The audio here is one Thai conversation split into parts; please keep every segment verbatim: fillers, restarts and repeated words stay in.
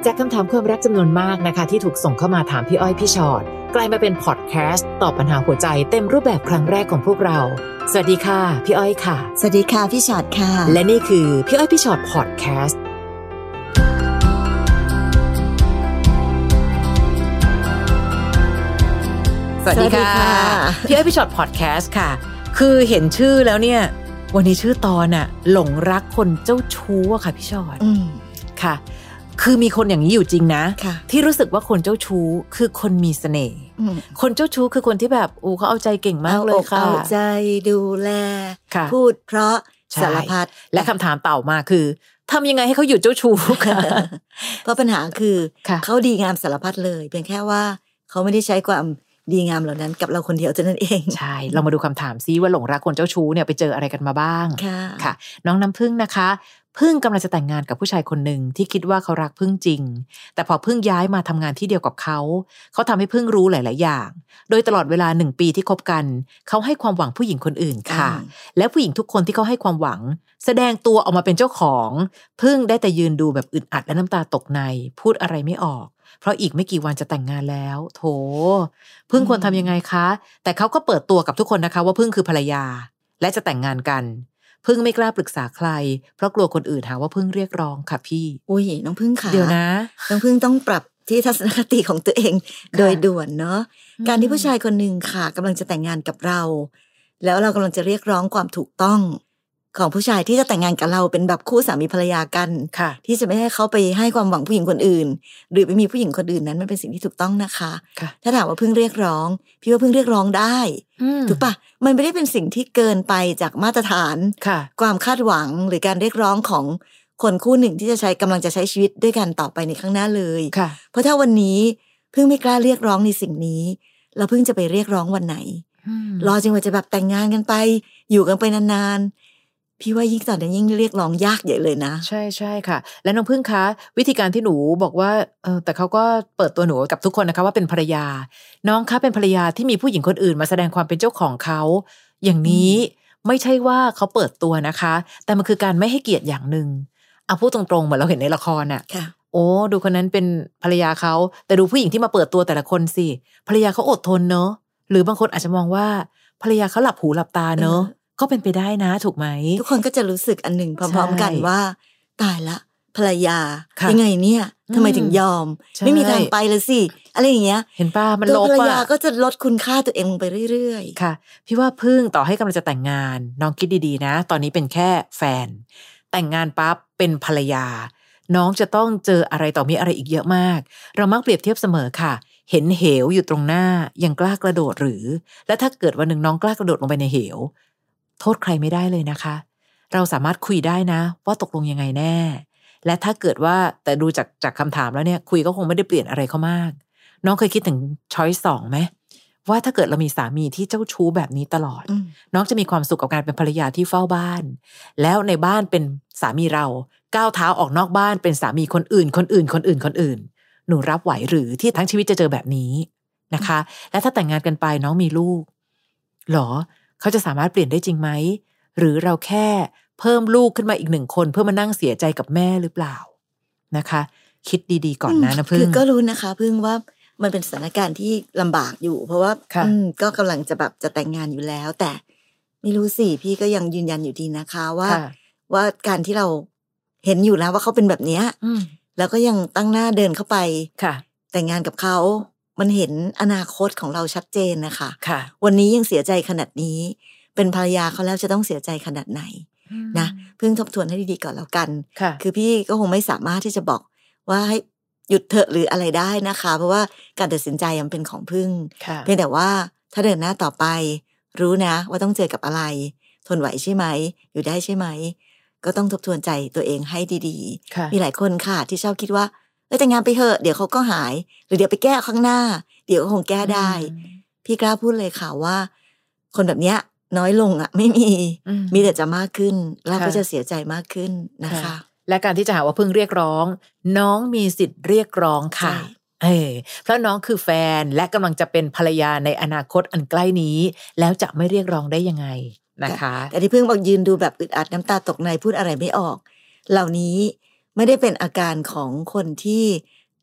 จากคำถามความรักจำนวนมากนะคะที่ถูกส่งเข้ามาถามพี่อ้อยพี่ชอตกลายมาเป็นพอดแคสต์ตอบปัญหาหัวใจเต็มรูปแบบครั้งแรกของพวกเราสวัสดีค่ะพี่อ้อยค่ะสวัสดีค่ะพี่ชอตค่ะและนี่คือพี่อ้อยพี่ชอตพอดแคสต์สวัสดีค่ะพี่อ้อยพี่ชอตพอดแคสต์ค่ะคือเห็นชื่อแล้วเนี่ยวันนี้ชื่อตอนน่ะหลงรักคนเจ้าชู้อะค่ะพี่ชอตค่ะคือมีคนอย่างนี้อยู่จริงนะที่รู้สึกว่าคนเจ้าชู้คือคนมีเสน่ห์คนเจ้าชู้คือคนที่แบบอู้เขาเอาใจเก่งมากเลยค่ะเอาใจดูแลพูดเพราะสารพัดและคำถามเต่ามาคือทำยังไงให้เขาหยุดเจ้าชู้ค่ะเพราะปัญหาคือเขาดีงามสารพัดเลยเพียงแค่ว่าเขาไม่ได้ใช้ความดีงามเหล่านั้นกับเราคนเดียวเท่านั้นเองใช่เรามาดูคำถามซิว่าหลงรักคนเจ้าชู้เนี่ยไปเจออะไรกันมาบ้างค่ะค่ะน้องน้ำพึ่งนะคะพึ่งกำลังจะแต่งงานกับผู้ชายคนหนึ่งที่คิดว่าเขารักพึ่งจริงแต่พอพึ่งย้ายมาทำงานที่เดียวกับเขาเขาทำให้พึ่งรู้หลายๆอย่างโดยตลอดเวลาหนึ่งปีที่คบกันเขาให้ความหวังผู้หญิงคนอื่นค่ะและผู้หญิงทุกคนที่เขาให้ความหวังแสดงตัวออกมาเป็นเจ้าของพึ่งได้แต่ยืนดูแบบอึดอัดและน้ำตาตกในพูดอะไรไม่ออกเพราะอีกไม่กี่วันจะแต่งงานแล้วโถพึ่งควรทำยังไงคะแต่เขาก็เปิดตัวกับทุกคนนะคะว่าพึ่งคือภรรยาและจะแต่งงานกันพึ่งไม่กล้าปรึกษาใครเพราะกลัวคนอื่นหาว่าพึ่งเรียกร้องค่ะพี่อุ้ยน้องพึ่งค่ะเดี๋ยวนะน้องพึ่งต้องปรับที่ทัศนคติของตัวเองโดยด่วนเนาะการที่ผู้ชายคนหนึ่งค่ะกำลังจะแต่งงานกับเราแล้วเรากำลังจะเรียกร้องความถูกต้องของผู้ชายที่จะแต่งงานกับเราเป็นแบบคู่สามีภรรยากันที่จะไม่ให้เขาไปให้ความหวังผู้หญิงคนอื่นหรือไปมีผู้หญิงคนอื่นนั้นมันเป็นสิ่งที่ถูกต้องนะคะถ้าถามว่าพึ่งเรียกร้องพี่ว่าพึ่งเรียกร้องได้ถูกปะมันไม่ได้เป็นสิ่งที่เกินไปจากมาตรฐานความคาดหวังหรือการเรียกร้องของคนคู่หนึ่งที่จะใช้กำลังจะใช้ชีวิตด้วยกันต่อไปในข้างหน้าเลยเพราะถ้าวันนี้พึ่งไม่กล้าเรียกร้องในสิ่งนี้เราพึ่งจะไปเรียกร้องวันไหนรอจนกว่าจะแบบแต่งงานกันไปอยู่กันไปนานๆพี่ว่ายิ่งตอนนั้นยิ่งเรียกร้องยากใหญ่เลยนะใช่ใช่ค่ะและน้องพึ่งคะวิธีการที่หนูบอกว่าเออแต่เขาก็เปิดตัวหนูกับทุกคนนะคะว่าเป็นภรรยาน้องคะเป็นภรรยาที่มีผู้หญิงคนอื่นมาแสดงความเป็นเจ้าของเขาอย่างนี้ไม่ใช่ว่าเขาเปิดตัวนะคะแต่มันคือการไม่ให้เกียรติอย่างนึงเอาพูดตรงๆเหมือนเราเห็นในละครน่ะโอ้ดูคนนั้นเป็นภรรยาเขาแต่ดูผู้หญิงที่มาเปิดตัวแต่ละคนสิภรรยาเขาอดทนเนอะหรือบางคนอาจจะมองว่าภรรยาเขาหลับหูหลับตาเนอะก็เป็นไปได้นะถูกไหมทุกคนก็จะรู้สึกอันหนึ่งพร้อมๆกันว่าตายละภรรยายังไงเนี่ยทำไมถึงยอมไม่มีทางไปเลยสิอะไรอย่างเงี้ยเห็นป่ะมันลบอ่ะภรรยาก็จะลดคุณค่าตัวเองลงไปเรื่อยๆค่ะพี่ว่าพึ่งต่อให้กำลังจะแต่งงานน้องคิดดีๆนะตอนนี้เป็นแค่แฟนแต่งงานปั๊บเป็นภรรยาน้องจะต้องเจออะไรต่อมีอะไรอีกเยอะมากเรามักเปรียบเทียบเสมอค่ะเห็นเหวอยู่ตรงหน้ายังกล้ากระโดดหรือและถ้าเกิดวันหนึ่งน้องกล้ากระโดดลงไปในเหวโทษใครไม่ได้เลยนะคะเราสามารถคุยได้นะว่าตกลงยังไงแน่และถ้าเกิดว่าแต่ดูจากจากคำถามแล้วเนี่ยคุยก็คงไม่ได้เปลี่ยนอะไรเขามากน้องเคยคิดถึงช้อยส์สองไหมว่าถ้าเกิดเรามีสามีที่เจ้าชู้แบบนี้ตลอดน้องจะมีความสุขกับการเป็นภรรยาที่เฝ้าบ้านแล้วในบ้านเป็นสามีเราก้าวเท้าออกนอกบ้านเป็นสามีคนอื่นคนอื่นคนอื่นคนอื่นหนูรับไหวหรือที่ทั้งชีวิตจะเจอแบบนี้นะคะและถ้าแต่งงานกันไปน้องมีลูกหรอเขาจะสามารถเปลี่ยนได้จริงไหมหรือเราแค่เพิ่มลูกขึ้นมาอีกหนึ่งคนเพื่อมานั่งเสียใจกับแม่หรือเปล่านะคะคิดดีๆก่อนนะนะพึ่งคือก็รู้นะคะพึ่งว่ามันเป็นสถานการณ์ที่ลำบากอยู่เพราะว่าก็กำลังจะแบบจะแต่งงานอยู่แล้วแต่ไม่รู้สิพี่ก็ยังยืนยันอยู่ดีนะคะว่าว่าการที่เราเห็นอยู่แล้วว่าเขาเป็นแบบนี้แล้วก็ยังตั้งหน้าเดินเข้าไปแต่งงานกับเขามันเห็นอนาคตของเราชัดเจนนะคะวันนี้ยังเสียใจขนาดนี้เป็นภรรยาเขาแล้วจะต้องเสียใจขนาดไหนนะเพิ่งทบทวนให้ดีๆก่อนแล้วกันคือพี่ก็คงไม่สามารถที่จะบอกว่าให้หยุดเถอะหรืออะไรได้นะคะเพราะว่าการตัดสินใจมันเป็นของพึ่งเพียงแต่ว่าถ้าเดินหน้าต่อไปรู้นะว่าต้องเจอกับอะไรทนไหวใช่ไหมอยู่ได้ใช่ไหมก็ต้องทบทวนใจตัวเองให้ดีๆมีหลายคนค่ะที่ชอบคิดว่าเออแต่งงานไปเถอะเดี๋ยวเขาก็หายหรือเดี๋ยวไปแก้ข้างหน้าเดี๋ยวก็คงแก้ได้พี่กล้าพูดเลยค่ะว่าคนแบบเนี้ยน้อยลงอ่ะไม่มีมีแต่จะมากขึ้นแล้วก็จะเสียใจมากขึ้นนะคะและการที่จะหาว่าพึ่งเรียกร้องน้องมีสิทธิ์เรียกร้องค่ะเออเพราะน้องคือแฟนและกำลังจะเป็นภรรยาในอนาคตอันใกล้นี้แล้วจะไม่เรียกร้องได้ยังไงนะคะแต่ที่พึ่งบอกยืนดูแบบอึดอัดน้ำตาตกในพูดอะไรไม่ออกเหล่านี้ไม่ได้เป็นอาการของคนที่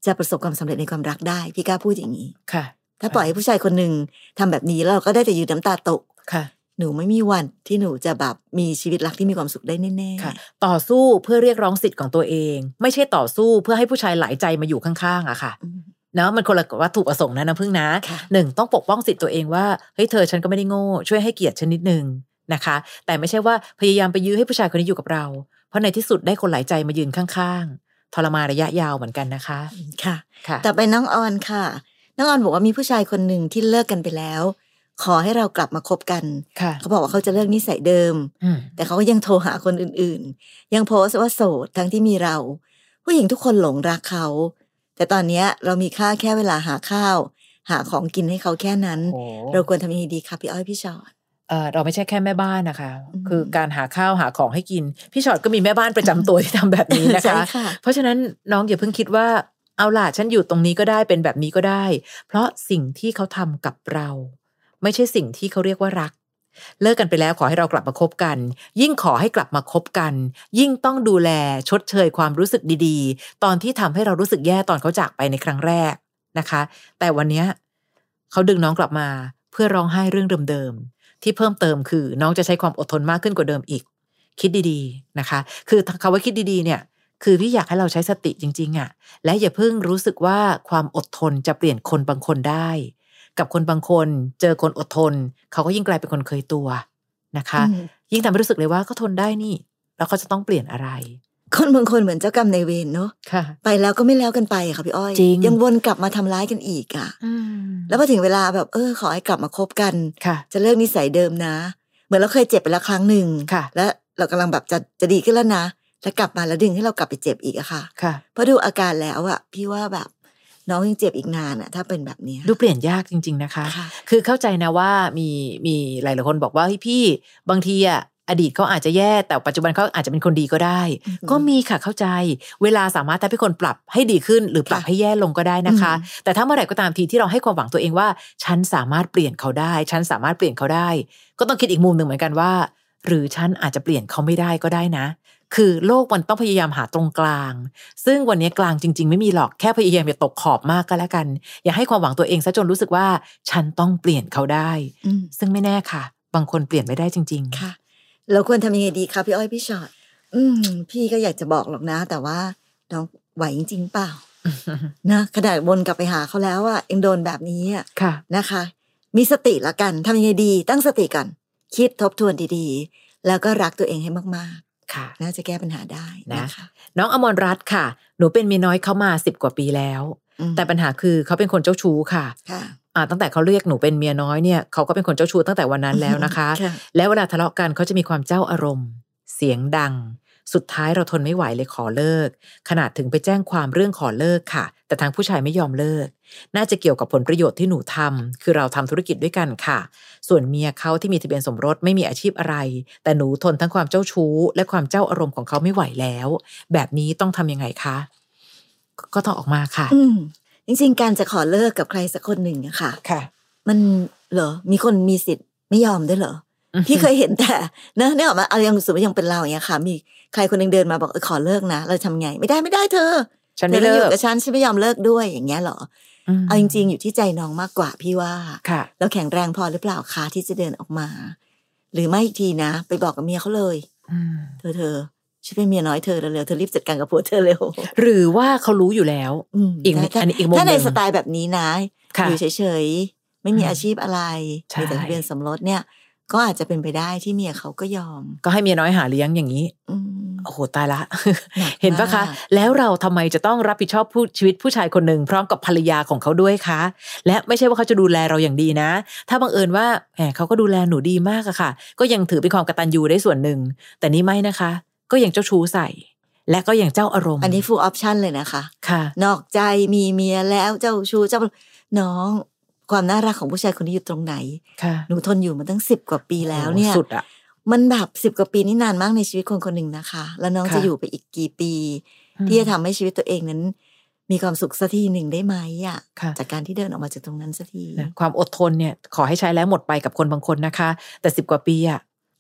จะประสบความสำเร็จในความรักได้พี่กล้าพูดอย่างนี้ค่ะถ้าปล่อยให้ผู้ชายคนหนึ่งทำแบบนี้แล้วเราก็ได้แต่ยืนน้ำตาตกค่ะหนูไม่มีวันที่หนูจะแบบมีชีวิตรักที่มีความสุขได้แน่ๆค่ะต่อสู้เพื่อเรียกร้องสิทธิ์ของตัวเองไม่ใช่ต่อสู้เพื่อให้ผู้ชายหลายใจมาอยู่ข้างๆอะค่ะเนาะมันคนละวัตถุประสงค์นะนะพึ่งนะหนึ่งต้องปกป้องสิทธิ์ตัวเองว่าเฮ้ยเธอฉันก็ไม่ได้โง่ช่วยให้เกียรติฉันนิดนึงนะคะแต่ไม่ใช่ว่าพยายามไปยื้อให้ผู้ชายคนนี้อยู่กับเราเพราะในที่สุดได้คนหลายใจมายืนข้างๆทรมานระยะยาวเหมือนกันนะคะค่ะต่อไปน้องออนค่ะน้องออนบอกว่ามีผู้ชายคนหนึ่งที่เลิกกันไปแล้วขอให้เรากลับมาคบกันเขาบอกว่าเขาจะเลิกนิสัยเดิมแต่เขาก็ยังโทรหาคนอื่นๆยังโพสต์ว่าโสดทั้งที่มีเราผู้หญิงทุกคนหลงรักเขาแต่ตอนนี้เรามีค่าแค่เวลาหาข้าวหาของกินให้เขาแค่นั้นเราควรทำยังไงดีคะพี่อ้อยพี่ชอตเออเราไม่ใช่แค่แม่บ้านนะคะคือการหาข้าวหาของให้กินพี่ชอตก็มีแม่บ้านประจำตัวที่ทำแบบนี้นะคะ เพราะฉะนั้นน้องอย่าเพิ่งคิดว่าเอาล่ะฉันอยู่ตรงนี้ก็ได้เป็นแบบนี้ก็ได้เพราะสิ่งที่เขาทำกับเราไม่ใช่สิ่งที่เขาเรียกว่ารักเลิกกันไปแล้วขอให้เรากลับมาคบกันยิ่งขอให้กลับมาคบกันยิ่งต้องดูแลชดเชยความรู้สึกดีๆตอนที่ทำให้เรารู้สึกแย่ตอนเขาจากไปในครั้งแรกนะคะแต่วันนี้เขาดึงน้องกลับมาเพื่อร้องไห้เรื่องเดิมๆที่เพิ่มเติมคือน้องจะใช้ความอดทนมากขึ้นกว่าเดิมอีกคิดดีๆนะคะคือคำว่าคิดดีๆเนี่ยคือพี่อยากให้เราใช้สติจริงๆอ่ะและอย่าเพิ่งรู้สึกว่าความอดทนจะเปลี่ยนคนบางคนได้กับคนบางคนเจอคนอดทนเขาก็ยิ่งกลายเป็นคนเคยตัวนะคะยิ่งทำให้รู้สึกเลยว่าเขาทนได้นี่แล้วเขาจะต้องเปลี่ยนอะไรคนบางคนเหมือนเจ้ากรรมนายเวรเนาะไปแล้วก็ไม่แล้วกันไปค่ะพี่อ้อยยังวนกลับมาทำร้ายกันอีกอ่ะแล้วพอถึงเวลาแบบเออขอให้กลับมาคบกันจะเลิกนิสัยเดิมนะเหมือนเราเคยเจ็บไปแล้วครั้งหนึ่งแล้วเรากำลังแบบจะจะดีขึ้นแล้วนะแล้วกลับมาแล้วดึงให้เรากลับไปเจ็บอีกอะค่ะเพราะดูอาการแล้วอะพี่ว่าแบบน้องยังเจ็บอีกนานอะถ้าเป็นแบบนี้ดูเปลี่ยนยากจริงๆนะคะคือเข้าใจนะว่ามีมีหลายๆคนบอกว่าพี่บางทีอะอดีตเขาอาจจะแย่แต่ปัจจุบันเขาอาจจะเป็นคนดีก็ได้ก็มีค่ะเข้าใจเวลาสามารถทำให้คนปรับให้ดีขึ้นหรือปรับให้แย่ลงก็ได้นะคะแต่ถ้าเมื่อไหร่ก็ตามทีที่เราให้ความหวังตัวเองว่าฉันสามารถเปลี่ยนเขาได้ฉันสามารถเปลี่ยนเขาได้ก็ต้องคิดอีกมุมหนึ่งเหมือนกันว่าหรือฉันอาจจะเปลี่ยนเขาไม่ได้ก็ได้นะคือโลกมันต้องพยายามหาตรงกลางซึ่งวันนี้กลางจริงๆไม่มีหรอกแค่พยายามอย่าตกขอบมากก็แล้วกันอย่าให้ความหวังตัวเองซะจนรู้สึกว่าฉันต้องเปลี่ยนเขาได้ซึ่งไม่แน่ค่ะบางคนเปลี่ยนไม่ได้จริงๆค่ะเราควรทำยังไงดีคะพี่อ้อยพี่ชอตอืมพี่ก็อยากจะบอกหรอกนะแต่ว่าน้องไหวจริงๆเปล่า นะขนาดวนกลับไปหาเขาแล้วอ่ะเองโดนแบบนี้อ่ะนะคะมีสติละกันทำยังไงดีตั้งสติก่อนคิดทบทวนดีๆแล้วก็รักตัวเองให้มากๆค่ะน่าจะแก้ปัญหาได้นะคะน้องอมรรัตน์ค่ะหนูเป็นเมียน้อยเขามาสิบกว่าปีแล้วแต่ปัญหาคือเขาเป็นคนเจ้าชู้ค่ะอ่าตั้งแต่เขาเรียกหนูเป็นเมียน้อยเนี่ยเขาก็เป็นคนเจ้าชู้ตั้งแต่วันนั้นแล้วนะคะ แล้วเวลาทะเลาะกันเขาจะมีความเจ้าอารมณ์เสียงดังสุดท้ายเราทนไม่ไหวเลยขอเลิกขนาดถึงไปแจ้งความเรื่องขอเลิกค่ะแต่ทางผู้ชายไม่ยอมเลิกน่าจะเกี่ยวกับผลประโยชน์ที่หนูทำคือเราทำธุรกิจด้วยกันค่ะส่วนเมียเขาที่มีทะเบียนสมรสไม่มีอาชีพอะไรแต่หนูทนทั้งความเจ้าชู้และความเจ้าอารมณ์ของเขาไม่ไหวแล้วแบบนี้ต้องทำยังไงคะก็ต้องออกมาค่ะจริงๆการจะขอเลิกกับใครสักคนหนึ่งอะค่ะค่ะมันเหรอมีคนมีสิทธิ์ไม่ยอมด้วยเหรอ พี่เคยเห็นแต่นะเนี่ยออกมาเอายังสมมติยังเป็นเราอย่างเงี้ยค่ะมีใครคนนึงเดินมาบอกเออขอเลิกนะเราทำไงไม่ได้ไม่ได้เธอฉันไม่เลิกอยู่กับฉันฉันไม่ยอมเลิกด้วยอย่างเงี้ยเหรอเอาจริงๆอยู่ที่ใจน้องมากกว่าพี่ว่าเราแข็งแรงพอหรือเปล่าคะที่จะเดินออกมาหรือไม่อีกทีนะไปบอกกับเมียเขาเลยเธอเธอฉันเป็นเมียน้อยเธอเร็วๆเธอรีบจัดการกับผัวเธอเร็วหรือว่าเขารู้อยู่แล้วอีกอันนี้อีกมุมถ้าในสไตล์แบบนี้นะอยู่เฉยๆไม่มีอาชีพอะไรมีแต่ทะเบียนสมรสเนี่ยก็อาจจะเป็นไปได้ที่เมียเขาก็ยอมก็ให้เมียน้อยหาเลี้ยงอย่างนี้โอ้โหตายละ เห็นปะคะแล้วเราทำไมจะต้องรับผิดชอบผู้ชีวิตผู้ชายคนหนึ่งพร้อมกับภรรยาของเขาด้วยคะและไม่ใช่ว่าเขาจะดูแลเราอย่างดีนะถ้าบังเอิญว่าแหมเขาก็ดูแลหนูดีมากอะค่ะก็ยังถือเป็นความกตัญญูได้ส่วนหนึ่งแต่นี่ไม่นะคะก็ยังเจ้าชู้ใส่และก็ยังเจ้าอารมณ์อันนี้ full option เลยนะคะค่ะนอกใจมีเมียแล้วเจ้าชู้เจ้าน้องความน่ารักของผู้ชายคนนี้อยู่ตรงไหนหนูทนอยู่มาตั้งสิบกว่าปีแล้วเนี่ยสุดอะมันแบบสิบกว่าปีนี่นานมากในชีวิตคนคนหนึ่งนะคะแล้วน้องจะอยู่ไปอีกกี่ปีที่จะทำให้ชีวิตตัวเองนั้นมีความสุขสักทีหนึ่งได้ไหมอ่ะจากการที่เดินออกมาจากตรงนั้นสักทีความอดทนเนี่ยขอให้ใช้แล้วหมดไปกับคนบางคนนะคะแต่สิบกว่าปีอ่ะ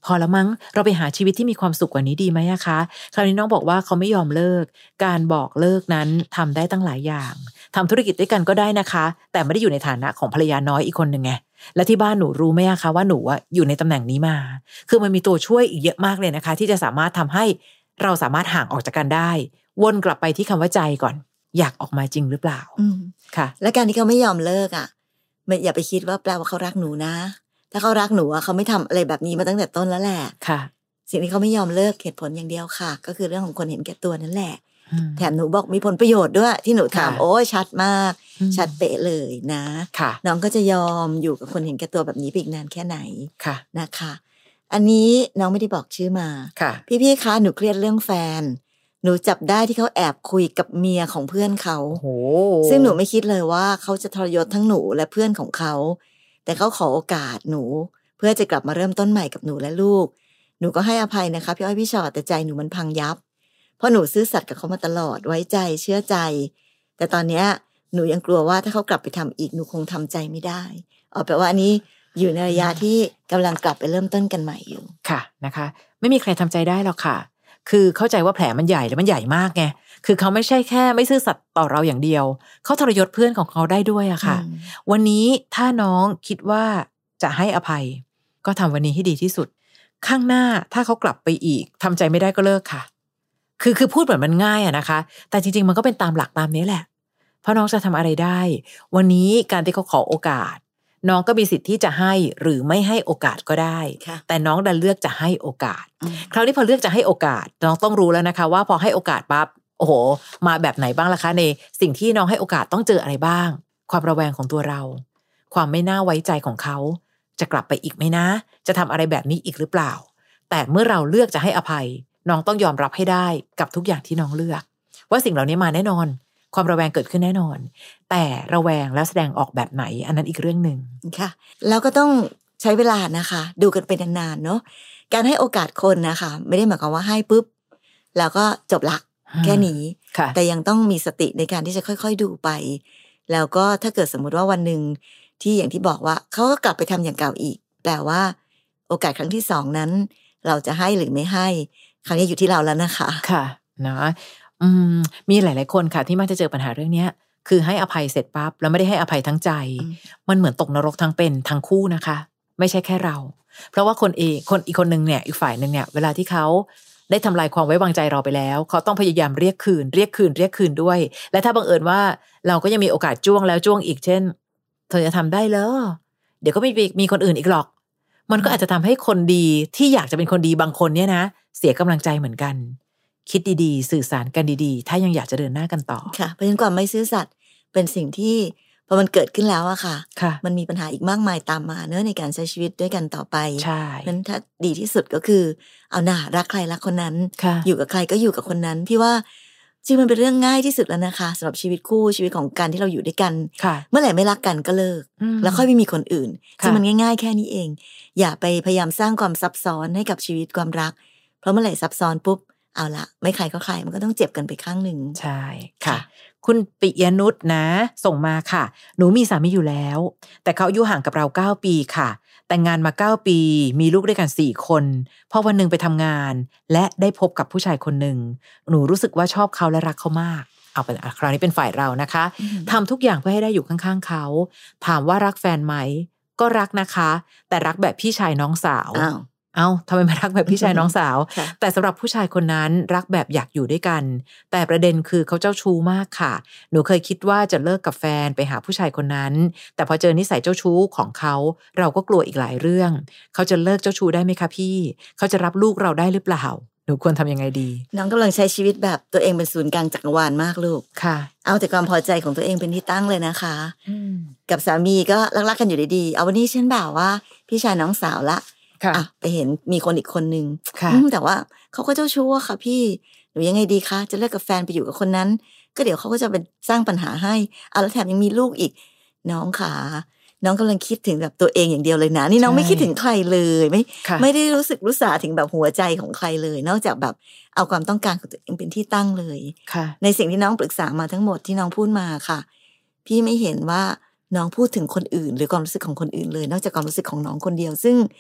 พอแล้วมั้งเราไปหาชีวิตที่มีความสุขกว่านี้ดีไหมอะคะคราวนี้น้องบอกว่าเขาไม่ยอมเลิกการบอกเลิกนั้นทำได้ตั้งหลายอย่างทำธุรกิจด้วยกันก็ได้นะคะแต่ไม่ได้อยู่ในฐานะของภรรยาน้อยอีกคนหนึ่งไงและที่บ้านหนูรู้ไหมอะคะว่าหนูอะอยู่ในตำแหน่งนี้มาคือมันมีตัวช่วยอีกเยอะมากเลยนะคะที่จะสามารถทำให้เราสามารถห่างออกจากกันได้วนกลับไปที่คำว่าใจก่อนอยากออกมาจริงหรือเปล่าค่ะและการที่เขาไม่ยอมเลิกอ่ะไม่อย่าไปคิดว่าแปลว่าเขารักหนูนะถ้าเขารักหนูอ่ะเขาไม่ทำอะไรแบบนี้มาตั้งแต่ต้นแล้วแหละค่ะสิ่งที่เขาไม่ยอมเลิกเหตุผลอย่างเดียวค่ะก็คือเรื่องของคนเห็นแก่ตัวนั่นแหละแถมหนูบอกมีผลประโยชน์ด้วยที่หนูถามโอ้ชัดมากชัดเป๊ะเลยนะน้องก็จะยอมอยู่กับคนเห็นแก่ตัวแบบนี้ไปอีกนานแค่ไหนนะคะอันนี้น้องไม่ได้บอกชื่อมาพี่ๆคะหนูเครียดเรื่องแฟนหนูจับได้ที่เขาแอบคุยกับเมียของเพื่อนเขาซึ่งหนูไม่คิดเลยว่าเขาจะทรยศทั้งหนูและเพื่อนของเขาแต่เขาขอโอกาสหนูเพื่อจะกลับมาเริ่มต้นใหม่กับหนูและลูกหนูก็ให้อภัยนะคะพี่อ้อยพี่ชอตแต่ใจหนูมันพังยับเพราะหนูซื่อสัตย์กับเขามาตลอดไว้ใจเชื่อใจแต่ตอนนี้หนูยังกลัวว่าถ้าเขากลับไปทำอีกหนูคงทำใจไม่ได้เอาแปลว่าอันนี้อยู่ในระยะที่กำลังกลับไปเริ่มต้นกันใหม่อยู่ค่ะนะคะไม่มีใครทำใจได้หรอกค่ะคือเข้าใจว่าแผลมันใหญ่แล้วมันใหญ่มากไงคือเขาไม่ใช่แค่ไม่ซื่อสัตย์ต่อเราอย่างเดียวเขาทรยศเพื่อนของเขาได้ด้วยอะค่ะวันนี้ถ้าน้องคิดว่าจะให้อภัยก็ทำวันนี้ให้ดีที่สุดข้างหน้าถ้าเขากลับไปอีกทำใจไม่ได้ก็เลิกค่ะคือคือพูดเหมือนมันง่ายอะนะคะแต่จริงๆมันก็เป็นตามหลักตามนี้แหละเพราะน้องจะทำอะไรได้วันนี้การที่เขาขอโอกาสน้องก็มีสิทธิ์ที่จะให้หรือไม่ให้โอกาสก็ได้แต่น้องดันเลือกจะให้โอกาสคราวนี้พอเลือกจะให้โอกาสน้องต้องรู้แล้วนะคะว่าพอให้โอกาสปั๊บโอ้โหมาแบบไหนบ้างล่ะคะในสิ่งที่น้องให้โอกาสต้องเจออะไรบ้างความระแวงของตัวเราความไม่น่าไว้ใจของเขาจะกลับไปอีกไหมนะจะทำอะไรแบบนี้อีกหรือเปล่าแต่เมื่อเราเลือกจะให้อภัยน้องต้องยอมรับให้ได้กับทุกอย่างที่น้องเลือกว่าสิ่งเหล่านี้มาแน่นอนความระแวงเกิดขึ้นแน่นอนแต่ระแวงแล้วแสดงออกแบบไหนอันนั้นอีกเรื่องนึงค่ะแล้วก็ต้องใช้เวลานะคะดูกันไปนานๆเนาะการให้โอกาสคนนะคะไม่ได้หมายความว่าให้ปุ๊บแล้วก็จบละแค่นี้แต่ยังต้องมีสติในการที่จะค่อยๆดูไปแล้วก็ถ้าเกิดสมมุติว่าวันหนึ่งที่อย่างที่บอกว่าเขาก็กลับไปทำอย่างเก่าอีกแปลว่าโอกาสครั้งที่สองนั้นเราจะให้หรือไม่ให้ครั้งนี้อยู่ที่เราแล้วนะคะค่ะนะอืมมีหลายๆคนค่ะที่มักจะเจอปัญหาเรื่องนี้คือให้อภัยเสร็จปั๊บแล้วไม่ได้ให้อภัยทั้งใจมันเหมือนตกนรกทั้งเป็นทั้งคู่นะคะไม่ใช่แค่เราเพราะว่าคนเองคนอีกคนนึงเนี่ยอีกฝ่ายนึงเนี่ยเวลาที่เขาได้ทำลายความไว้วางใจเราไปแล้วเขาต้องพยายามเรียกคืนเรียกคืนเรียกคืนด้วยและถ้าบังเอิญว่าเราก็ยังมีโอกาสจ้วงแล้วจ้วงอีกเช่นเธอจะทำได้เหรอเดี๋ยวก็มีมีคนอื่นอีกหรอกมันก็อาจจะทำให้คนดีที่อยากจะเป็นคนดีบางคนเนี่ยนะเสียกำลังใจเหมือนกันคิดดีๆสื่อสารกันดีๆถ้ายังอยากจะเดินหน้ากันต่อค่ะเพราะฉะนั้นความไม่ซื่อสัตย์เป็นสิ่งที่พอมันเกิดขึ้นแล้วอะค่ะมันมีปัญหาอีกมากมายตามมาเนื้อในการใช้ชีวิตด้วยกันต่อไปใช่นั้นถ้าดีที่สุดก็คือเอาหน่ารักใครรักคนนั้นอยู่กับใครก็อยู่กับคนนั้นพี่ว่าจริงมันเป็นเรื่องง่ายที่สุดแล้วนะคะสำหรับชีวิตคู่ชีวิตของการที่เราอยู่ด้วยกันเมื่อไหร่ไม่รักกันก็เลิกแล้วค่อยไม่มีคนอื่นซึ่งมันง่ายๆแค่นี้เองอย่าไปพยายามสร้างความซับซ้อนให้กับชีวิตความรักเพราะเมื่อไหร่ซับซ้อนปุ๊บเอาละไม่ใครก็ใครมันก็ต้องเจ็บกันไปข้างหนึ่งใช่ค่ะคุณปิยนุชนะส่งมาค่ะหนูมีสามีอยู่แล้วแต่เขาอายุห่างกับเราเก้าปีค่ะแต่งงานมาเก้าปีมีลูกด้วยกันสี่คนพอวันนึงไปทำงานและได้พบกับผู้ชายคนหนึ่งหนูรู้สึกว่าชอบเขาและรักเขามากเอาเป็นคราวนี้เป็นฝ่ายเรานะคะทำทุกอย่างเพื่อให้ได้อยู่ข้างๆเขาถามว่ารักแฟนไหมก็รักนะคะแต่รักแบบพี่ชายน้องสาวเอ้าทำไมมารักแบบพี่ชายน้องสาว แต่สำหรับผู้ชายคนนั้นรักแบบอยากอยู่ด้วยกันแต่ประเด็นคือเขาเจ้าชู้มากค่ะหนูเคยคิดว่าจะเลิกกับแฟนไปหาผู้ชายคนนั้นแต่พอเจอนิสัยเจ้าชู้ของเขาเราก็กลัวอีกหลายเรื่องเขาจะเลิกเจ้าชู้ได้ไหมคะพี่เขาจะรับลูกเราได้หรือเปล่าหนูควรทำยังไงดีน้องกำลังใช้ชีวิตแบบตัวเองเป็นศูนย์กลางจักรวาลมากลูกค่ะเอาแต่ความพอใจของตัวเองเป็นที่ตั้งเลยนะคะกับสามีก็รักๆกันอยู่ดีๆเอาวันนี้ฉันบ่าวว่าพี่ชายน้องสาวละอ่ะไปเห็นมีคนอีกคนนึงแต่ว่าเขาก็เจ้าชู้อะค่ะพี่หนูยังไงดีคะจะเลิกกับแฟนไปอยู่กับคนนั้นก็เดี๋ยวเขาก็จะเป็นสร้างปัญหาให้อ่ะแล้วแถมยังมีลูกอีกน้องขาน้องกำลังคิดถึงแบบตัวเองอย่างเดียวเลยนะนี่น้องไม่คิดถึงใครเลยไม่ไม่ได้รู้สึกรู้สาถึงแบบหัวใจของใครเลยนอกจากแบบเอาความต้องการของตัวเองเป็นที่ตั้งเลยในสิ่งที่น้องปรึกษามาทั้งหมดที่น้องพูดมาค่ะพี่ไม่เห็นว่าน้องพูดถึงคนอื่นหรือความรู้สึกของคนอื่นเลยนอกจากความรู้สึกของน้องคนเดียวซึ่ง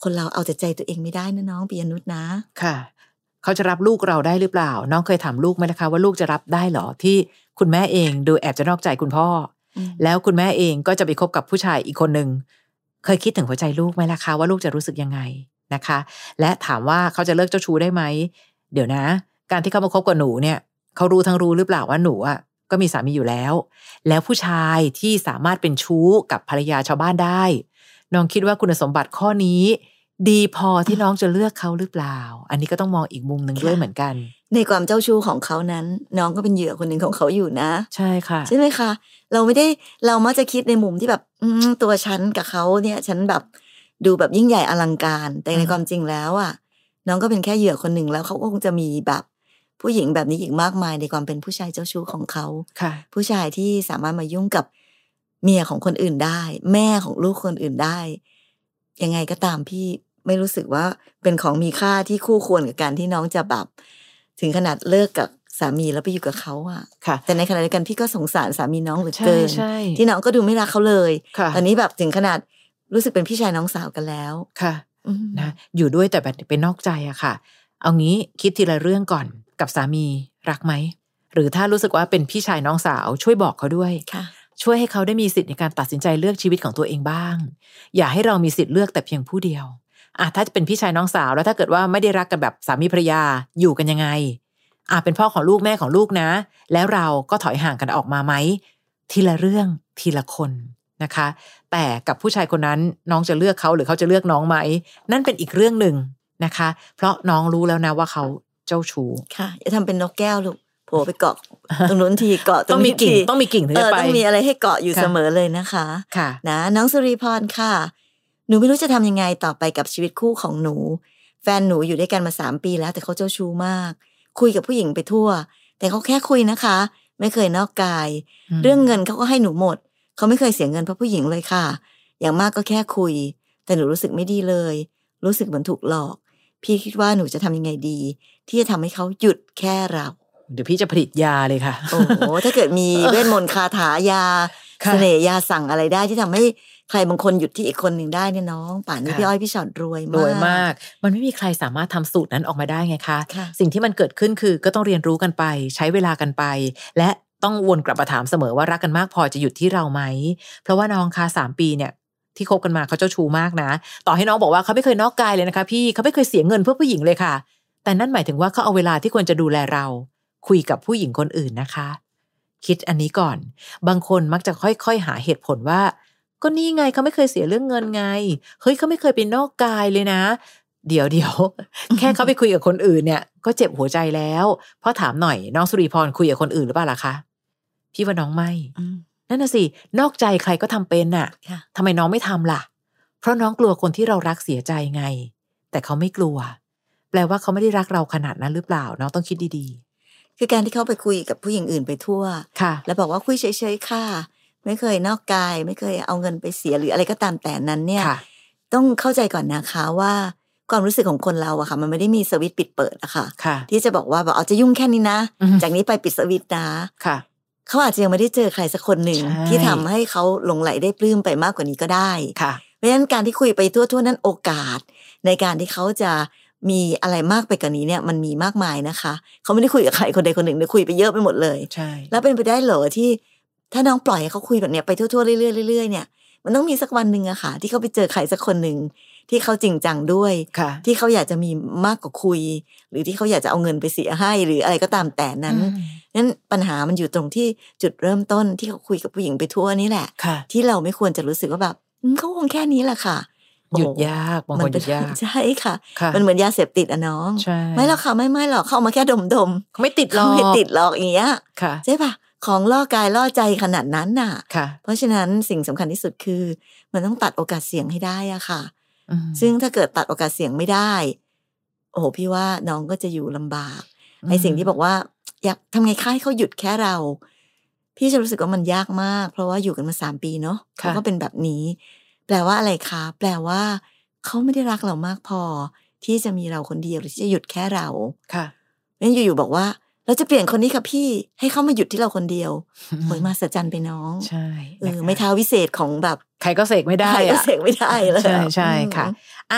คนเราเอาแต่ใจตัวเองไม่ได้นะน้องปิยนุชนะค่ะเขาจะรับลูกเราได้หรือเปล่าน้องเคยถามลูกไหมนะคะว่าลูกจะรับได้หรอที่คุณแม่เองดูแอบจะนอกใจคุณพ่อแล้วคุณแม่เองก็จะไปคบกับผู้ชายอีกคนนึงเคยคิดถึงหัวใจลูกไหมล่ะคะว่าลูกจะรู้สึกยังไงนะคะและถามว่าเขาจะเลิกเจ้าชู้ได้ไหมเดี๋ยวนะการที่เขามาคบกับหนูเนี่ยเขารู้ทั้งรู้หรือเปล่าว่าหนูอ่ะก็มีสามีอยู่แล้วแล้วผู้ชายที่สามารถเป็นชู้กับภรรยาชาวบ้านได้น้องคิดว่าคุณสมบัติข้อนี้ดีพอที่น้องจะเลือกเขาหรือเปล่าอันนี้ก็ต้องมองอีกมุมหนึ่งด้วยเหมือนกันในความเจ้าชู้ของเขานั้นน้องก็เป็นเหยื่อคนหนึ่งของเขาอยู่นะใช่ค่ะใช่ไหมคะเราไม่ได้เรามักจะคิดในมุมที่แบบตัวฉันกับเขาเนี่ยฉันแบบดูแบบยิ่งใหญ่อลังการแต่ในความจริงแล้วอ่ะน้องก็เป็นแค่เหยื่อคนหนึ่งแล้วเขาก็คงจะมีแบบผู้หญิงแบบนี้อีกมากมายในความเป็นผู้ชายเจ้าชู้ของเขาผู้ชายที่สามารถมายุ่งกับเมียของคนอื่นได้แม่ของลูกคนอื่นได้ยังไงก็ตามพี่ไม่รู้สึกว่าเป็นของมีค่าที่คู่ควรกับการที่น้องจะแบบถึงขนาดเลิกกับสามีแล้วไปอยู่กับเขาอ่ะแต่ในขณะเดียวกันพี่ก็สงสารสามีน้องเหลือเกินที่น้องก็ดูไม่รักเขาเลยตอนนี้แบบถึงขนาดรู้สึกเป็นพี่ชายน้องสาวกันแล้วค่ะนะอยู่ด้วยแต่แบบเป็นนอกใจอะค่ะเอางี้คิดทีละเรื่องก่อนกับสามีรักไหมหรือถ้ารู้สึกว่าเป็นพี่ชายน้องสาวช่วยบอกเขาด้วยช่วยให้เขาได้มีสิทธิ์ในการตัดสินใจเลือกชีวิตของตัวเองบ้างอย่าให้เรามีสิทธิ์เลือกแต่เพียงผู้เดียวอ่ะถ้าจะเป็นพี่ชายน้องสาวแล้วถ้าเกิดว่าไม่ได้รักกันแบบสามีภรรยาอยู่กันยังไงอ่ะเป็นพ่อของลูกแม่ของลูกนะแล้วเราก็ถอยห่างกันออกมาไหมทีละเรื่องทีละคนนะคะแต่กับผู้ชายคนนั้นน้องจะเลือกเขาหรือเขาจะเลือกน้องไหมนั่นเป็นอีกเรื่องหนึ่งนะคะเพราะน้องรู้แล้วนะว่าเขาเจ้าชู้ค่ะอย่าทำเป็นนกแก้วลูกโผล่ไปเกาะตรงนู้นทีเกาะตรงนี้ทีต้องมีกิ่งถึงจะไปต้องมีอะไรให้เกาะอยู่เสมอเลยนะคะค่ะนะน้องสุริพรค่ะหนูไม่รู้จะทำยังไงต่อไปกับชีวิตคู่ของหนูแฟนหนูอยู่ด้วยกันมาสามปีแล้วแต่เขาเจ้าชู้มากคุยกับผู้หญิงไปทั่วแต่เขาแค่คุยนะคะไม่เคยนอกกายเรื่องเงินเขาก็ให้หนูหมดเขาไม่เคยเสียเงินเพราะผู้หญิงเลยค่ะอย่างมากก็แค่คุยแต่หนูรู้สึกไม่ดีเลยรู้สึกเหมือนถูกหลอกพี่คิดว่าหนูจะทำยังไงดีที่จะทำให้เขาหยุดแค่เราเดี๋ยวพี่จะผลิตยาเลยค่ะโอ้โหถ้าเกิดมีเวทมนต์คาถายาเสน่ห์ยาสั่งอะไรได้ที่ทำให้ใครบางคนหยุดที่อีกคนหนึ่งได้เนี่ยน้องป่านนี้พี่อ้อยพี่ชอดรวยมากรวยมากมันไม่มีใครสามารถทำสูตรนั้นออกมาได้ไงคะสิ่งที่มันเกิดขึ้นคือก็ต้องเรียนรู้กันไปใช้เวลากันไปและต้องวนกลับมาถามเสมอว่ารักกันมากพอจะหยุดที่เราไหมเพราะว่าน้องคะสามปีเนี่ยที่คบกันมาเขาเจ้าชู้มากนะต่อให้น้องบอกว่าเขาไม่เคยนอกกายเลยนะคะพี่เขาไม่เคยเสียเงินเพื่อผู้หญิงเลยค่ะแต่นั่นหมายถึงว่าเขาเอาเวลาที่ควรจะดูแลเราคุยกับผู้หญิงคนอื่นนะคะคิดอันนี้ก่อนบางคนมักจะค่อยๆหาเหตุผลว่าก็นี่ไงเขาไม่เคยเสียเรื่องเงินไงเฮ้ยเขาไม่เคยไปนอกกายเลยนะเดี๋ยวเดี๋ยวแค่เขาไปคุยกับคนอื่นเนี่ยก็เจ็บหัวใจแล้วเพราะถามหน่อยน้องสุริพรคุยกับคนอื่นหรือเปล่าล่ะคะพี่ว่าน้องไม่นั่นน่ะสินอกใจใครก็ทำเป็นน่ะทำไมน้องไม่ทำล่ะเพราะน้องกลัวคนที่เรารักเสียใจไงแต่เขาไม่กลัวแปลว่าเขาไม่ได้รักเราขนาดนั้นหรือเปล่าน้องต้องคิดดีๆคือการที่เขาไปคุยกับผู้หญิงอื่นไปทั่วแล้วบอกว่าคุยเฉยๆค่ะไม่เคยนอกกายไม่เคยเอาเงินไปเสียหรืออะไรก็ตามแต่นั้นเนี่ยต้องเข้าใจก่อนนะคะว่าความรู้สึกของคนเราอะค่ะมันไม่ได้มีสวิตช์ปิดเปิดอะค่ะที่จะบอกว่าแบบเอาจะยุ่งแค่นี้นะจากนี้ไปปิดสวิตช์นะเขาอาจจะยังไม่ได้เจอใครสักคนหนึ่งที่ทำให้เขาหลงไหลได้ปลื้มไปมากกว่านี้ก็ได้เพราะฉะนั้นการที่คุยไปทั่วๆนั้นโอกาสในการที่เขาจะมีอะไรมากไปกว่านี้เนี่ยมันมีมากมายนะคะเขาไม่ได้คุยกับใครคนใดคนหนึ่งเนี่ยคุยไปเยอะไปหมดเลยแล้วเป็นไปได้เหรอที่ถ้าน้องปล่อยให้เขาคุยแบบเนี้ยไปทั่วๆเรื่อยๆเรื่อยๆเนี่ยมันต้องมีสักวันหนึ่งอะค่ะที่เขาไปเจอใครสักคนหนึ่งที่เขาจริงจังด้วยที่เขาอยากจะมีมากกว่าคุยหรือที่เขาอยากจะเอาเงินไปเสียให้หรืออะไรก็ตามแต่นั้นนั้นปัญหามันอยู่ตรงที่จุดเริ่มต้นที่เขาคุยกับผู้หญิงไปทั่วนี่แหละที่เราไม่ควรจะรู้สึกว่าแบบเขาคงแค่นี้แหละค่ะหยุดยากบางคนหยุดยากใช่ค่ะมันเหมือนยาเสพติดอะน้องไม่หรอกค่ะไม่ไม่หรอกเข้ามาแค่ดมๆเขาไม่ติดหรอกไม่ติดหรอกอย่างเงี้ยใช่ปะของล่อกายล่อใจขนาดนั้นน่ะเพราะฉะนั้นสิ่งสำคัญที่สุดคือมันต้องตัดโอกาสเสี่ยงให้ได้อะค่ะซึ่งถ้าเกิดตัดโอกาสเสี่ยงไม่ได้โอ้โหพี่ว่าน้องก็จะอยู่ลำบากไอ้สิ่งที่บอกว่าอยากทำไงค่ให้เขาหยุดแค่เราพี่จะรู้สึกว่ามันยากมากเพราะว่าอยู่กันมาสามปีเนาะเขาก็เป็นแบบนี้แปลว่าอะไรคะแปลว่าเขาไม่ได้รักเรามากพอที่จะมีเราคนเดียวหรือที่จะหยุดแค่เราค่ะงั้นอยู่ๆบอกว่าเราจะเปลี่ยนคนนี้ค่ะพี่ให้เขามาหยุดที่เราคนเดียวโอยมาสัจจันไปน้องใช่เออไม่ท้าวิเศษของแบบใครก็เสกไม่ได้ใครก็เสกไม่ได้เลยใช่ใช่ค่ะอ่ะ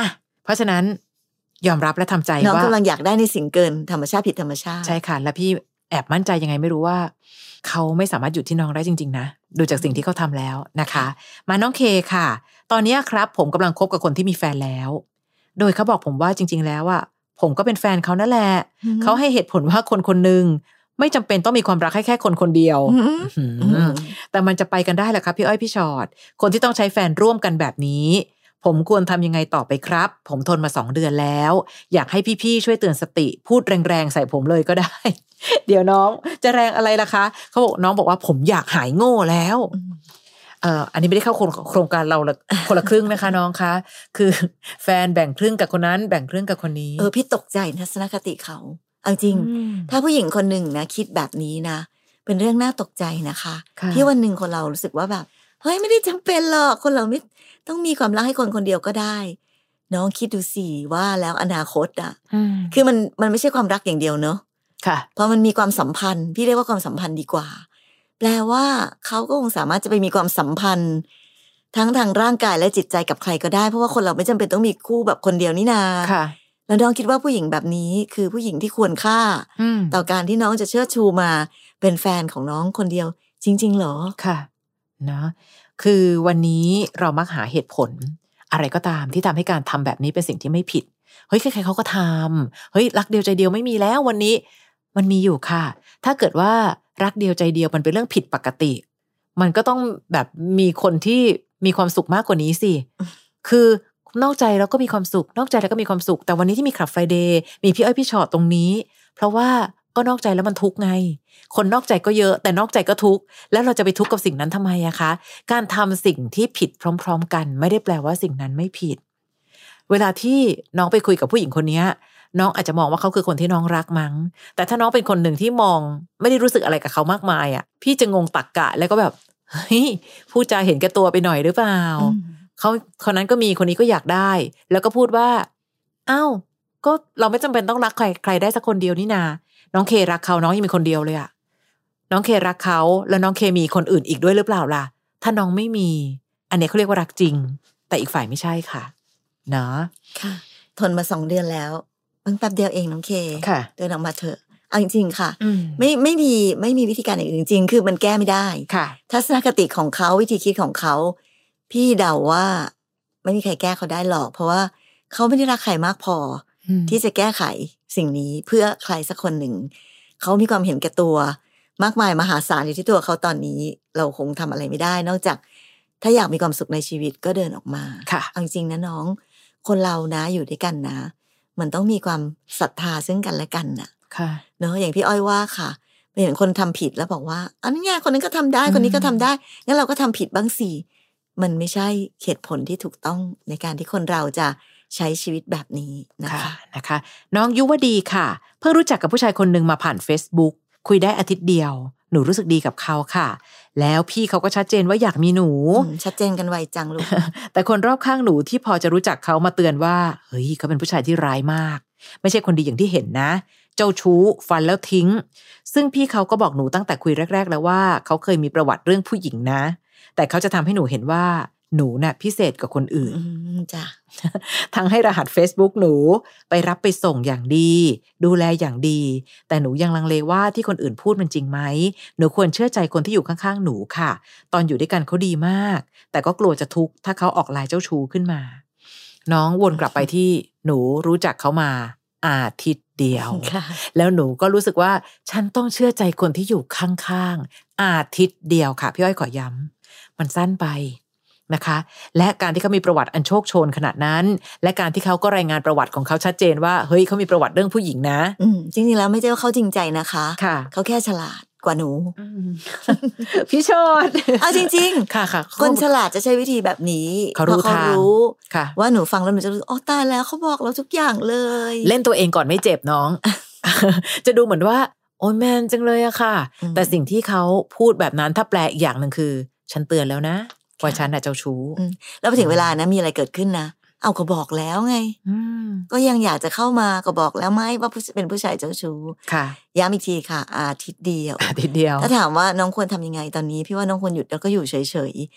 เพราะฉะนั้นยอมรับและทำใจว่าน้องกำลังอยากได้ในสิ่งเกินธรรมชาติผิดธรรมชาติใช่ค่ะและพี่แอบมั่นใจยังไงไม่รู้ว่าเขาไม่สามารถหยุดที่น้องได้จริงๆนะดูจากสิ่งที่เขาทำแล้วนะคะมาน้องเคค่ะตอนนี้ครับผมกำลังคบกับคนที่มีแฟนแล้วโดยเขาบอกผมว่าจริงๆแล้วอ่ะผมก็เป็นแฟนเขานั่นแหละเขาให้เหตุผลว่าคนคนหนึ่งไม่จำเป็นต้องมีความรักให้แค่คนคนเดียวแต่มันจะไปกันได้แหละครับพี่อ้อยพี่ชอตคนที่ต้องใช้แฟนร่วมกันแบบนี้ผมควรทำยังไงต่อไปครับผมทนมาสองเดือนแล้วอยากให้พี่ๆช่วยเตือนสติพูดแรงๆใส่ผมเลยก็ได้ เดี๋ยวน้องจะแรงอะไรล่ะคะเขาบอกน้องบอกว่าผมอยากหายโง่แล้วเอ่ออันนี้ไม่ได้เข้าโครงการเราละคนละครึ่งนะคะน้องคะคือแฟนแบ่งครึ่งกับคนนั้นแบ่งครึ่งกับคนนี้เออพี่ตกใจทัศนคติเขาเอาจริงถ้าผู้หญิงคนหนึ่งนะคิดแบบนี้นะเป็นเรื่องน่าตกใจนะคะที่วันหนึ่งคนเรารู้สึกว่าแบบเฮ้ยไม่ได้จำเป็นหรอกคนเราไม่ต้องมีความรักให้คนคนเดียวก็ได้น้องคิดดูสิว่าแล้วอนาคตอ่ะคือมันมันไม่ใช่ความรักอย่างเดียวเนอะค่ะพอมันมีความสัมพันธ์พี่เรียกว่าความสัมพันธ์ดีกว่าแปลว่าเขาก็คงสามารถจะไปมีความสัมพันธ์ทั้งทางร่างกายและจิตใจกับใครก็ได้เพราะว่าคนเราไม่จำเป็นต้องมีคู่แบบคนเดียวนี่นาค่ะแล้วน้องคิดว่าผู้หญิงแบบนี้คือผู้หญิงที่ควรค่าต่อการที่น้องจะเชิดชูมาเป็นแฟนของน้องคนเดียวจริงๆเหรอค่ะนะคือวันนี้เรามักหาเหตุผลอะไรก็ตามที่ทำให้การทำแบบนี้เป็นสิ่งที่ไม่ผิดเฮ้ยใครๆเขาก็ทำเฮ้ยรักเดียวใจเดียวไม่มีแล้ววันนี้มันมีอยู่ค่ะถ้าเกิดว่ารักเดียวใจเดียวมันเป็นเรื่องผิดปกติมันก็ต้องแบบมีคนที่มีความสุขมากกว่านี้สิคือนอกใจแล้วก็มีความสุขนอกใจแล้วก็มีความสุขแต่วันนี้ที่มีคลับไฟเดย์มีพี่อ้อยพี่ชอตตรงนี้เพราะว่าก็นอกใจแล้วมันทุกข์ไงคนนอกใจก็เยอะแต่นอกใจก็ทุกข์แล้วเราจะไปทุกข์กับสิ่งนั้นทำไมอะคะการทำสิ่งที่ผิดพร้อมๆกันไม่ได้แปลว่าสิ่งนั้นไม่ผิดเวลาที่น้องไปคุยกับผู้หญิงคนนี้น้องอาจจะมองว่าเขาคือคนที่น้องรักมั้งแต่ถ้าน้องเป็นคนหนึ่งที่มองไม่ได้รู้สึกอะไรกับเขามากมายอะพี่จะงงตักกะแล้วก็แบบเฮ้ยพูดจาเห็นแก่ตัวไปหน่อยหรือเปล่าเขาคนนั้นก็มีคนนี้ก็อยากได้แล้วก็พูดว่าอ้าวก็เราไม่จำเป็นต้องรักใครใครได้สักคนเดียวนี่นาน้องเครักเขาน้องยังมีคนเดียวเลยอะน้องเครักเขาแล้วน้องเคมีคนอื่นอีกด้วยหรือเปล่าล่ะถ้าน้องไม่มีอันนี้เขาเรียกว่ารักจริงแต่อีกฝ่ายไม่ใช่ค่ะเนาะค่ะทนมาสองเดือนแล้วเพิ่งแป๊บเดียวเองน้องเคค่ะเดินออกมาเถอะเอาจริงๆค่ะไม่ไม่มีไม่มีวิธีการอย่างอื่นจริงๆคือมันแก้ไม่ได้ค่ะทัศนคติของเขาวิธีคิดของเขาพี่เดาว่าไม่มีใครแก้เขาได้หรอกเพราะว่าเขาไม่ได้รักใครมากพอที่จะแก้ไขสิ่งนี้เพื่อใครสักคนหนึ่งเขามีความเห็นแก่ตัวมากมายมหาศาลอยู่ที่ตัวเขาตอนนี้เราคงทำอะไรไม่ได้นอกจากถ้าอยากมีความสุขในชีวิตก็เดินออกมาเอาจริงๆนะน้องคนเรานะอยู่ด้วยกันนะมันต้องมีความศรัทธาซึ่งกันและกันน่ะเนอะอย่างพี่อ้อยว่าค่ะไปเห็นคนทำผิดแล้วบอกว่าอันนี้ไงคนนั้นก็ทำได้คนนี้ก็ทำได้งั้นเราก็ทำผิดบ้างสิมันไม่ใช่เหตุผลที่ถูกต้องในการที่คนเราจะใช้ชีวิตแบบนี้นะคะนะคะน้องยุวดีค่ะเพิ่งรู้จักกับผู้ชายคนหนึ่งมาผ่าน Facebook คุยได้อาทิตย์เดียวหนูรู้สึกดีกับเขาค่ะแล้วพี่เขาก็ชัดเจนว่าอยากมีหนูชัดเจนกันไวจังลูกแต่คนรอบข้างหนูที่พอจะรู้จักเขามาเตือนว่าเฮ้ยเขาเป็นผู้ชายที่ร้ายมากไม่ใช่คนดีอย่างที่เห็นนะเจ้าชู้ฟันแล้วทิ้งซึ่งพี่เขาก็บอกหนูตั้งแต่คุยแรกๆแล้วว่าเขาเคยมีประวัติเรื่องผู้หญิงนะแต่เขาจะทำให้หนูเห็นว่าหนูน่ะพิเศษกว่าคนอื่นจ้ะทั้งให้รหัส Facebook หนูไปรับไปส่งอย่างดีดูแลอย่างดีแต่หนูยังลังเลว่าที่คนอื่นพูดมันจริงไหมหนูควรเชื่อใจคนที่อยู่ข้างๆหนูค่ะตอนอยู่ด้วยกันเขาดีมากแต่ก็กลัวจะทุกข์ถ้าเขาออกลายเจ้าชู้ขึ้นมาน้องวนกลับไปที่หนูรู้จักเขามาอาทิตย์เดียวแล้วหนูก็รู้สึกว่าฉันต้องเชื่อใจคนที่อยู่ข้างๆอาทิตย์เดียวค่ะพี่อ้อยขอย้ำมันสั้นไปนะคะและการที่เขามีประวัติอันโชคโชนขนาดนั้นและการที่เขาก็รายงานประวัติของเขาชัดเจนว่าเฮ้ยเขามีประวัติเรื่องผู้หญิงนะจริงๆแล้วไม่ใช่ว่าเขาจริงใจนะคะเขาแค่ฉลาดกว่าหนูพี่ชดเอาจริงๆค่ะค่ะคนฉลาดจะใช้วิธีแบบนี้เขารู้ทางว่าหนูฟังแล้วหนูจะรู้อ๋อตายแล้วเขาบอกเราทุกอย่างเลยเล่นตัวเองก่อนไม่เจ็บน้อง จะดูเหมือนว่าโอ้ยแมนจังเลยอะค่ะแต่สิ่งที่เขาพูดแบบนั้นถ้าแปลอีกอย่างหนึ่งคือฉันเตือนแล้วนะว่าฉันน่ะเจ้าชู้แล้วพอถึงเวลานะมีอะไรเกิดขึ้นนะเอาก็บอกแล้วไงก็ยังอยากจะเข้ามาก็บอกแล้วไหมว่าเป็นผู้ชายเจ้าชู้ค่ะย้ำอีกทีค่ะอาทิตย์เดียวอาทิตย์เดียวถ้าถามว่าน้องควรทำยังไงตอนนี้พี่ว่าน้องควรหยุดแล้วก็อยู่เฉย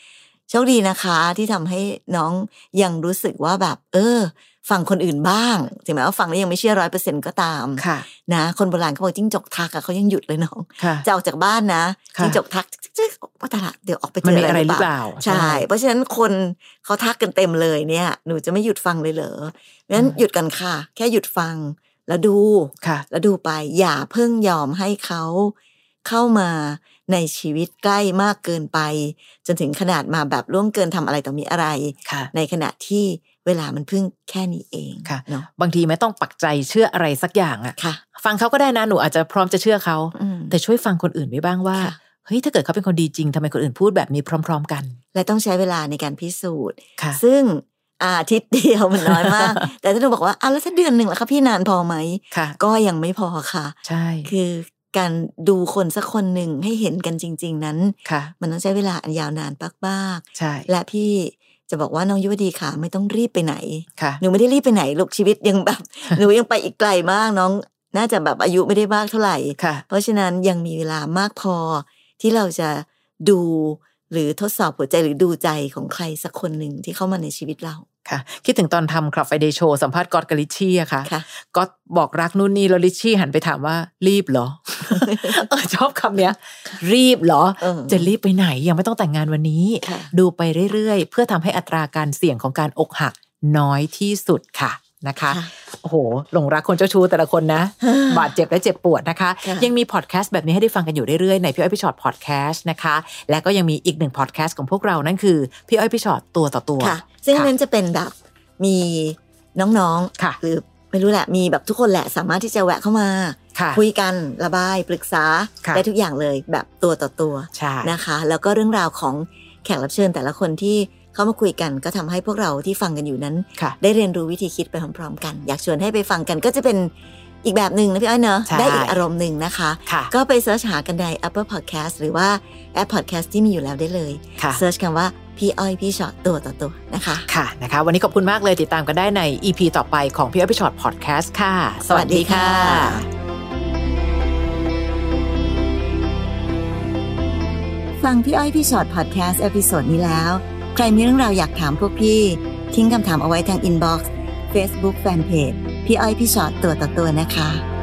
โชคดีนะคะที่ทำให้น้องยังรู้สึกว่าแบบเออฟังคนอื่นบ้างถึงแม้ว่าฟังแล้วยังไม่เชื่อร้อยเปอร์เซ็นต์ก็ตามนะคนโบราณเขาบอกจิ้งจกทักอะเขายังหยุดเลยน้องจะออกจากบ้านนะจิ้งจกทักว่าแต่ละเดี๋ยวออกไปเจออะไรหรือเปล่าใช่เพราะฉะนั้นคนเขาทักกันเต็มเลยเนี่ยหนูจะไม่หยุดฟังเลยเหรองั้นหยุดกันค่ะแค่หยุดฟังแล้วดูแล้วดูไปอย่าเพิ่งยอมให้เขาเข้ามาในชีวิตใกล้มากเกินไปจนถึงขนาดมาแบบล่วงเกินทำอะไรต่อมีอะไรในขณะที่เวลามันเพิ่งแค่นี้เองเนาะบางทีไม่ต้องปักใจเชื่ออะไรสักอย่างอ่ะฟังเขาก็ได้นะหนูอาจจะพร้อมจะเชื่อเขาแต่ช่วยฟังคนอื่นไว้บ้างว่าเฮ้ยถ้าเกิดเขาเป็นคนดีจริงทำไมคนอื่นพูดแบบนี้พร้อมๆกันและต้องใช้เวลาในการพิสูจน์ซึ่งอาทิตย์เดียวมันน้อยมากแต่ถ้าหนูบอกว่าอ่ะแล้วถ้าเดือนหนึ่งล่ะคะพี่นานพอไหมก็ยังไม่พอค่ะใช่คือการดูคนสักคนหนึ่งให้เห็นกันจริงๆนั้นมันต้องใช้เวลาอันยาวนานมากๆและพี่จะบอกว่าน้องยุวดีค่ะไม่ต้องรีบไปไหนหนูไม่ได้รีบไปไหนลูกชีวิตยังแบบหนูยังไปอีกไกลมากน้องน่าจะแบบอายุไม่ได้มากเท่าไหร่เพราะฉะนั้นยังมีเวลามากพอที่เราจะดูหรือทดสอบหัวใจหรือดูใจของใครสักคนหนึ่งที่เข้ามาในชีวิตเราค่ะคิดถึงตอนทำ Club Friday Show สัมภาษณ์ก๊อตกับลิชชี่อะค่ะก๊อตบอกรักนู่นนี่แล้วลิชชี่หันไปถามว่ารีบเหรอ เออชอบคำเนี้ยรีบเหรอจะรีบไปไหนยังไม่ต้องแต่งงานวันนี้ดูไปเรื่อยๆเพื่อทำให้อัตราการเสี่ยงของการอกหักน้อยที่สุดค่ะนะคะโอ้โหหลงรักคนเจ้าชู้แต่ละคนนะบาดเจ็บและเจ็บปวดนะคะยังมีพอดแคสต์แบบนี้ให้ได้ฟังกันอยู่เรื่อยๆในพี่อ้อยพี่ชอตพอดแคสต์นะคะและก็ยังมีอีกหนึ่งพอดแคสต์ของพวกเรานั่นคือพี่อ้อยพี่ชอตตัวต่อตัวซึ่งนั้นจะเป็นแบบมีน้องๆหรือไม่รู้แหละมีแบบทุกคนแหละสามารถที่จะแวะเข้ามาคุยกันระบายปรึกษาได้ทุกอย่างเลยแบบตัวต่อตัวนะคะแล้วก็เรื่องราวของแขกรับเชิญแต่ละคนที่เข้ามาคุยกันก็ทำให้พวกเราที่ฟังกันอยู่นั้นได้เรียนรู้วิธีคิดไปพร้อมๆกันอยากชวนให้ไปฟังกันก็จะเป็นอีกแบบหนึ่งนะพี่อ้อยเนอะได้อีกอารมณ์หนึ่งนะคะก็ไปเสิร์ชหากันใน Apple Podcast หรือว่าแอป Podcast ที่มีอยู่แล้วได้เลยเสิร์ชคำว่าพี่อ้อยพี่ชอตตัวต่อตัวนะคะค่ะนะคะวันนี้ขอบคุณมากเลยติดตามกันได้ใน อี พี ต่อไปของพี่อ้อยพี่ชอต Podcast ค่ะสวัสดีค่ะฟังพี่อ้อยพี่ชอต Podcast เอพิโซดนี้แล้วใครมีเรื่องราวอยากถามพวกพี่ทิ้งคำถามเอาไว้ทางอินบ็อกซ์ Facebook Fanpage พี่อ้อยพี่ชอตตัวต่อตัวนะคะ